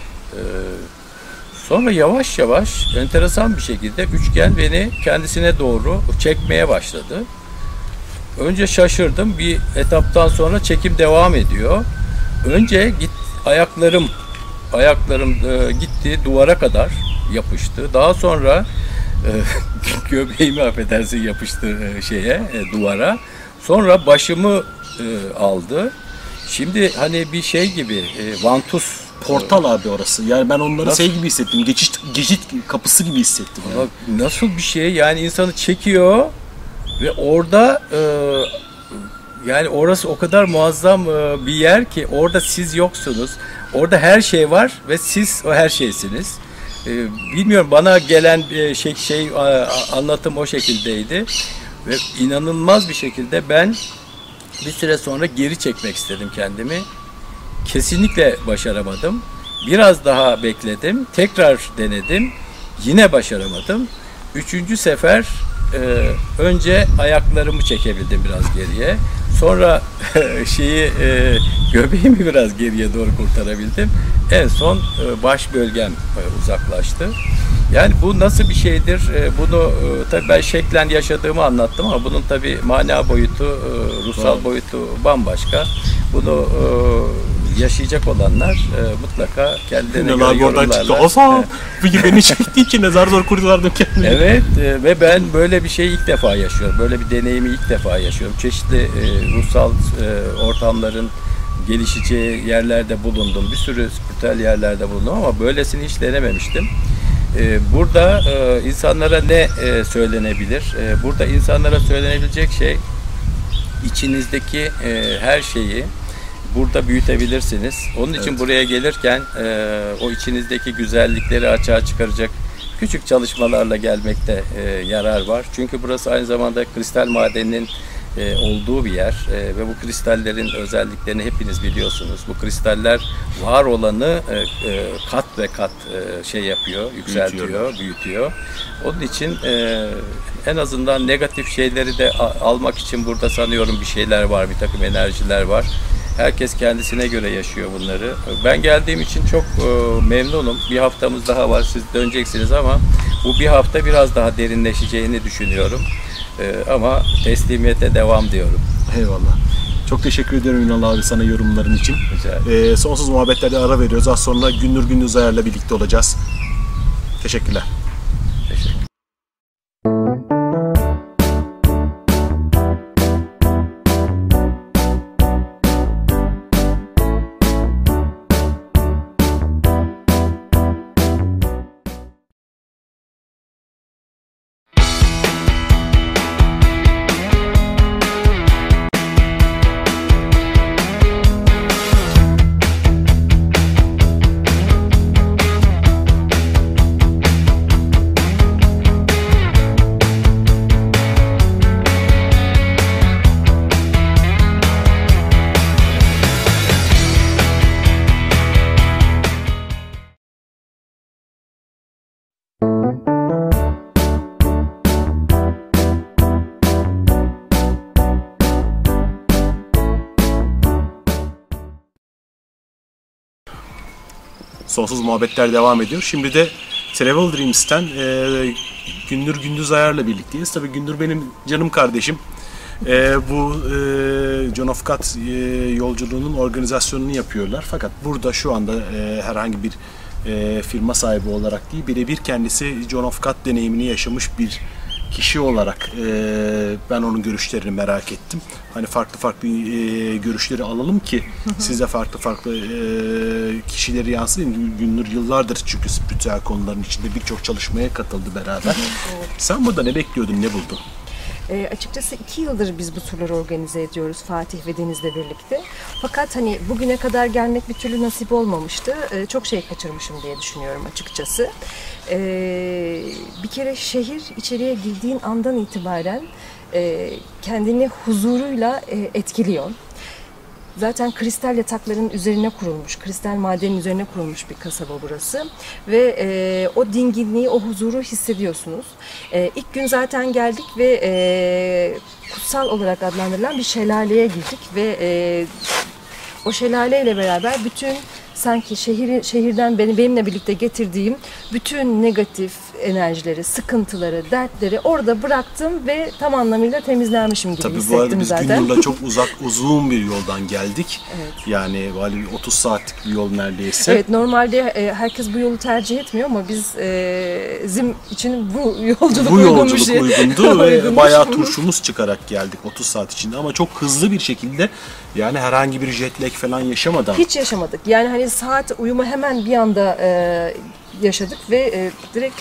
Sonra yavaş yavaş enteresan bir şekilde üçgen beni kendisine doğru çekmeye başladı. Önce şaşırdım. Bir etaptan sonra çekim devam ediyor. Önce ayaklarım gitti duvara kadar yapıştı. Daha sonra göbeğimi affedersin yapıştı duvara. Sonra başımı aldı. Şimdi hani bir şey gibi vantus portal abi orası. Yani ben onları gibi hissettim. Geçit kapısı gibi hissettim. Yani. Nasıl bir şey? Yani insanı çekiyor ve orada yani orası o kadar muazzam bir yer ki orada siz yoksunuz. Orada her şey var ve siz o her şeysiniz. Bilmiyorum, bana gelen anlatım o şekildeydi ve inanılmaz bir şekilde ben bir süre sonra geri çekmek istedim kendimi. Kesinlikle başaramadım. Biraz daha bekledim. Tekrar denedim. Yine başaramadım. Üçüncü sefer önce ayaklarımı çekebildim biraz geriye. Sonra göbeğimi biraz geriye doğru kurtarabildim. En son baş bölgem uzaklaştı. Yani bu nasıl bir şeydir? Bunu tabii ben şeklen yaşadığımı anlattım ama bunun tabii mana boyutu, ruhsal boyutu bambaşka. Bunu yaşayacak olanlar mutlaka kendilerine göre yorumlarlar. Hasan! Beni çektiği için zar zor kurtardım kendimi. Evet ve ben böyle bir şeyi ilk defa yaşıyorum. Böyle bir deneyimi ilk defa yaşıyorum. Çeşitli ruhsal ortamların gelişeceği yerlerde bulundum. Bir sürü spiritüel yerlerde bulundum ama böylesini hiç denememiştim. Burada insanlara ne söylenebilir? Burada insanlara söylenebilecek şey içinizdeki her şeyi burada büyütebilirsiniz. Onun için buraya gelirken o içinizdeki güzellikleri açığa çıkaracak küçük çalışmalarla gelmekte yarar var. Çünkü burası aynı zamanda kristal madeninin olduğu bir yer ve bu kristallerin özelliklerini hepiniz biliyorsunuz. Bu kristaller var olanı kat ve kat yapıyor, yükseltiyor, büyütüyor. Onun için en azından negatif şeyleri de almak için burada sanıyorum bir şeyler var, bir takım enerjiler var. Herkes kendisine göre yaşıyor bunları. Ben geldiğim için çok memnunum. Bir haftamız daha var. Siz döneceksiniz ama bu bir hafta biraz daha derinleşeceğini düşünüyorum. Ama teslimiyete devam diyorum. Eyvallah. Çok teşekkür ediyorum Ünal abi sana yorumların için. Sonsuz muhabbetlerde ara veriyoruz. Az sonra Gündür Gündüzayar'la birlikte olacağız. Teşekkürler. Teşekkür. Sonsuz Muhabbetler devam ediyor. Şimdi de Travel Dreams'ten Gündür Gündüz Ayar'la birlikteyiz. Tabii Gündür benim canım kardeşim. Bu John of God yolculuğunun organizasyonunu yapıyorlar. Fakat burada şu anda herhangi bir firma sahibi olarak değil, birebir kendisi John of God deneyimini yaşamış bir kişi olarak ben onun görüşlerini merak ettim. Hani farklı görüşleri alalım ki siz de farklı kişileri yansıtın. Gündür yıllardır çünkü spiritüel konuların içinde birçok çalışmaya katıldı beraber. Sen burada ne bekliyordun, ne buldun? Açıkçası 2 yıldır biz bu turları organize ediyoruz Fatih ve Deniz'le birlikte. Fakat hani bugüne kadar gelmek bir türlü nasip olmamıştı. Çok şey kaçırmışım diye düşünüyorum açıkçası. Bir kere şehir içeriye girdiğin andan itibaren kendini huzuruyla etkiliyor. Zaten kristal yatakların üzerine kurulmuş, kristal madenin üzerine kurulmuş bir kasaba burası. Ve o dinginliği, o huzuru hissediyorsunuz. İlk gün zaten geldik ve kutsal olarak adlandırılan bir şelaleye girdik. Ve o şelaleyle beraber bütün sanki şehirden benimle birlikte getirdiğim bütün negatif enerjileri, sıkıntıları, dertleri orada bıraktım ve tam anlamıyla temizlenmişim gibi hissettim zaten. Tabii bu arada biz Gündür'le çok uzun bir yoldan geldik. Evet. Yani 30 saatlik bir yol neredeyse. Evet, normalde herkes bu yolu tercih etmiyor ama bizim için bu yolculuk uygundu ve bayağı turşumuz çıkarak geldik 30 saat içinde ama çok hızlı bir şekilde, yani herhangi bir jet lag falan yaşamadan. Hiç yaşamadık. Yani hani saat uyumu hemen bir anda yaşadık ve direkt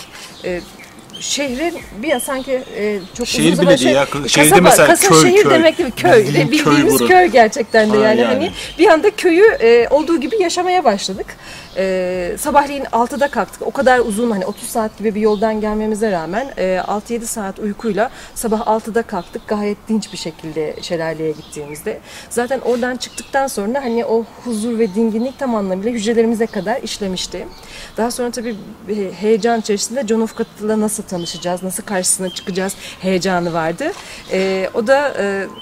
şehrin bir sanki çok şehir uzun bile zaman şehirde mesela şehir demek gibi köy. Bildiğimiz köy gerçekten de yani. Hani bir anda köyü olduğu gibi yaşamaya başladık. Sabahleyin 6'da kalktık. O kadar uzun, hani 30 saat gibi bir yoldan gelmemize rağmen 6-7 saat uykuyla sabah 6'da kalktık. Gayet dinç bir şekilde şelaleye gittiğimizde. Zaten oradan çıktıktan sonra hani o huzur ve dinginlik tam anlamıyla hücrelerimize kadar işlemişti. Daha sonra tabii heyecan içerisinde John of God'la nasıl tanışacağız, nasıl karşısına çıkacağız heyecanı vardı. O da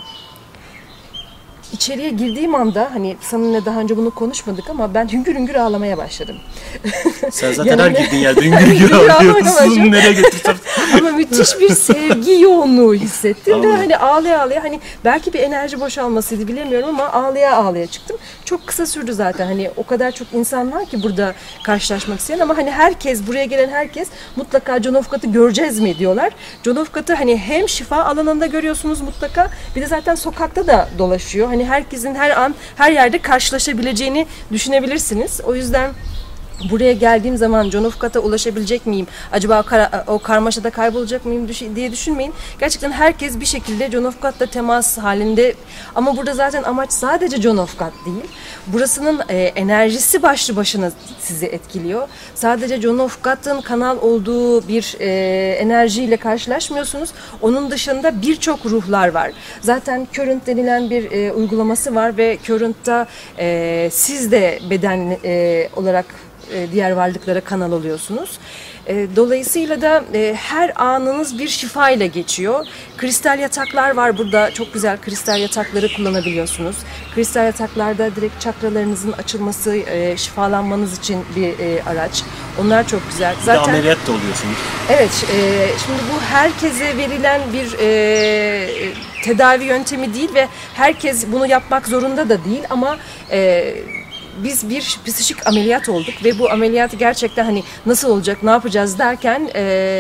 içeriye girdiğim anda, hani seninle daha önce bunu konuşmadık ama ben hüngür hüngür ağlamaya başladım. Sen zaten her girdiğin yerde hüngür hüngür ağlıyorsun. Nereye götürsen. Ama müthiş bir sevgi yoğunluğu hissettim ve hani ağlaya ağlaya, hani belki bir enerji boşalmasıydı bilemiyorum ama ağlaya ağlaya çıktım. Çok kısa sürdü zaten, hani o kadar çok insan var ki burada karşılaşmak isteyen ama hani herkes, buraya gelen herkes mutlaka John of God'u göreceğiz mi diyorlar. John of God'u hani hem şifa alanında görüyorsunuz mutlaka, bir de zaten sokakta da dolaşıyor. Hani herkesin her an her yerde karşılaşabileceğini düşünebilirsiniz. O yüzden buraya geldiğim zaman John of God'a ulaşabilecek miyim? Acaba o karmaşada kaybolacak mıyım diye düşünmeyin. Gerçekten herkes bir şekilde John of God'la temas halinde. Ama burada zaten amaç sadece John of God değil. Burasının enerjisi başlı başına sizi etkiliyor. Sadece John of God'ın kanal olduğu bir enerjiyle karşılaşmıyorsunuz. Onun dışında birçok ruhlar var. Zaten Current denilen bir uygulaması var ve Current'ta siz de beden olarak diğer varlıklara kanal oluyorsunuz. Dolayısıyla da her anınız bir şifa ile geçiyor. Kristal yataklar var burada. Çok güzel kristal yatakları kullanabiliyorsunuz. Kristal yataklarda direkt çakralarınızın açılması, şifalanmanız için bir araç. Onlar çok güzel. Zaten ameliyat da oluyorsunuz. Evet. Şimdi bu herkese verilen bir tedavi yöntemi değil ve herkes bunu yapmak zorunda da değil ama biz bir psikik ameliyat olduk ve bu ameliyat gerçekten hani nasıl olacak, ne yapacağız derken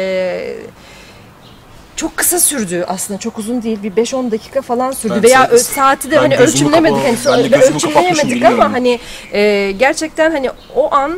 çok kısa sürdü aslında, çok uzun değil, bir 5-10 dakika falan sürdü veya saati de hani ölçümlemedik, hani ölçümleyemedik ama hani gerçekten hani o an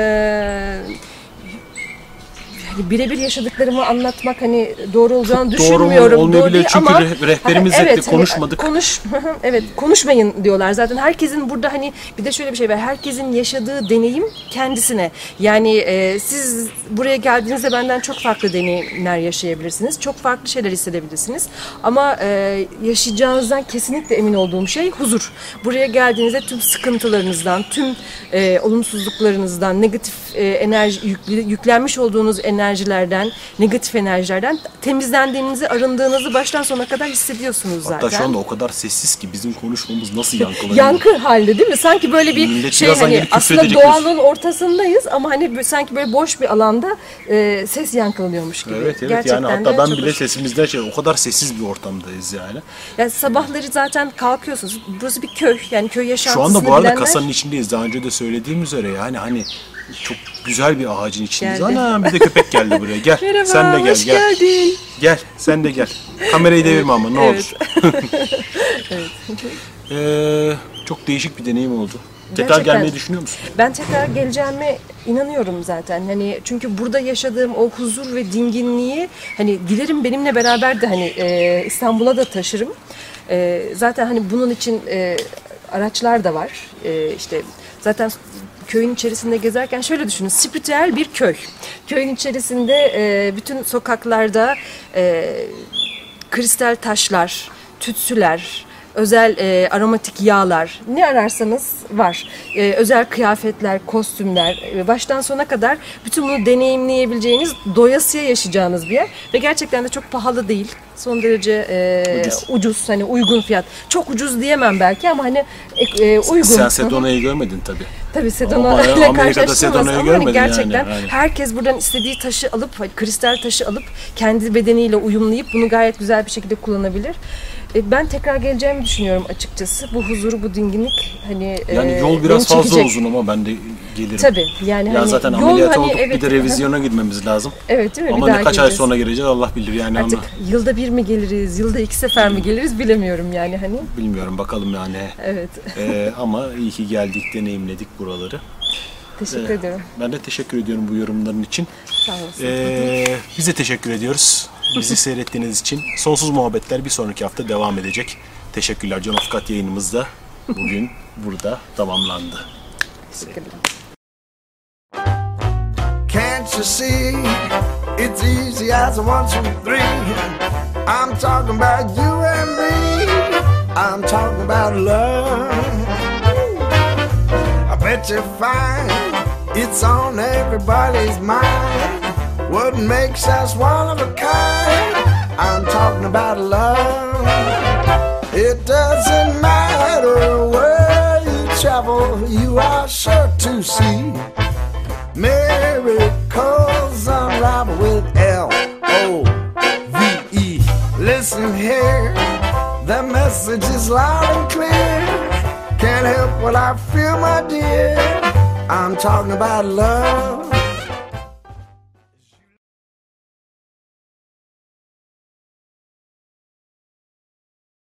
birebir yaşadıklarımı anlatmak hani doğru olacağını düşünmüyorum. Doğru olmayabilir çünkü ama rehberimizle konuşmadık. Evet, konuşmayın diyorlar. Zaten herkesin burada hani bir de şöyle bir şey var. Herkesin yaşadığı deneyim kendisine. Yani siz buraya geldiğinizde benden çok farklı deneyimler yaşayabilirsiniz. Çok farklı şeyler hissedebilirsiniz. Ama yaşayacağınızdan kesinlikle emin olduğum şey huzur. Buraya geldiğinizde tüm sıkıntılarınızdan, tüm olumsuzluklarınızdan, negatif enerji yüklenmiş olduğunuz enerji enerjilerden, negatif enerjilerden temizlendiğinizi, arındığınızı baştan sona kadar hissediyorsunuz zaten. Hatta şu anda o kadar sessiz ki bizim konuşmamız nasıl yankılanıyor? Yankı halde değil mi? Sanki böyle bir Millet şey, birazdan hani gelip aslında küfredecek doğanın ortasındayız ama hani sanki böyle boş bir alanda ses yankılanıyormuş gibi. Evet Gerçekten yani de hatta ben çok bile hoş. sesimizden o kadar sessiz bir ortamdayız yani. Yani sabahları zaten kalkıyorsunuz. Burası bir köy. Yani köy Şu yaşantısını anda bu arada bilenler... kasanın içindeyiz. Daha önce de söylediğim üzere yani hani çok güzel bir ağacın içindeyiz. Geldi. Ana bir de köpek geldi buraya. Gel. Merhaba, sen de gel. hoş gel. geldin. Gel. Sen de gel. Kamerayı devirme ama ne olur. Çok değişik bir deneyim oldu. Tekrar Gerçekten. gelmeyi düşünüyor musun? Ben tekrar geleceğime inanıyorum zaten. Hani çünkü burada yaşadığım o huzur ve dinginliği hani dilerim benimle beraber de hani İstanbul'a da taşırım. Zaten hani bunun için araçlar da var. İşte zaten köyün içerisinde gezerken şöyle düşünün. Spiritüel bir köy. Köyün içerisinde bütün sokaklarda kristal taşlar, tütsüler, özel aromatik yağlar, ne ararsanız var. Özel kıyafetler, kostümler, baştan sona kadar bütün bunu deneyimleyebileceğiniz, doyasıya yaşayacağınız bir yer. Ve gerçekten de çok pahalı değil. Son derece ucuz, hani uygun fiyat. Çok ucuz diyemem belki ama hani uygun. Sen Sedona'yı görmedin tabii. Tabii Sedona Ama ile Amerika'da karşılaştırmaz Sedona'yı ama hani görmedin gerçekten yani. herkes buradan istediği taşı alıp, hani kristal taşı alıp kendi bedeniyle uyumlayıp bunu gayet güzel bir şekilde kullanabilir. Ben tekrar geleceğimi düşünüyorum açıkçası. Bu huzuru, bu dinginlik hani Yani yol beni biraz fazla çekecek. uzun ama ben de gelirim. Tabii yani Ya hani zaten yol ameliyat hani olduk evet. bir de revizyona girmemiz lazım. Evet değil mi? Ama Bir daha ne kaç ay geleceğiz. sonra geleceğiz Allah bilir yani Artık onu yılda bir mi geliriz, yılda 2 sefer mi geliriz bilemiyorum yani hani. bilmiyorum bakalım yani. Evet. Ama iyi ki geldik, deneyimledik buraları. Teşekkür ederim. Ben de teşekkür ediyorum bu yorumların için. Sağ olasın. Bize teşekkür ediyoruz. Bizi seyrettiğiniz için. Sonsuz Muhabbetler bir sonraki hafta devam edecek. Teşekkürler. John of God yayınımızda bugün burada tamamlandı. Teşekkürler. Can't you see it's easy as a 1, 2, 3? I'm talking about you and me. I'm talking about love. I bet you find it's on everybody's mind. What makes us one of a kind? I'm talking about love. It doesn't matter where you travel, you are sure to see miracles unravel with L-O-V-E. Listen here, the message is loud and clear. Can't help what I feel, my dear. I'm talking about love.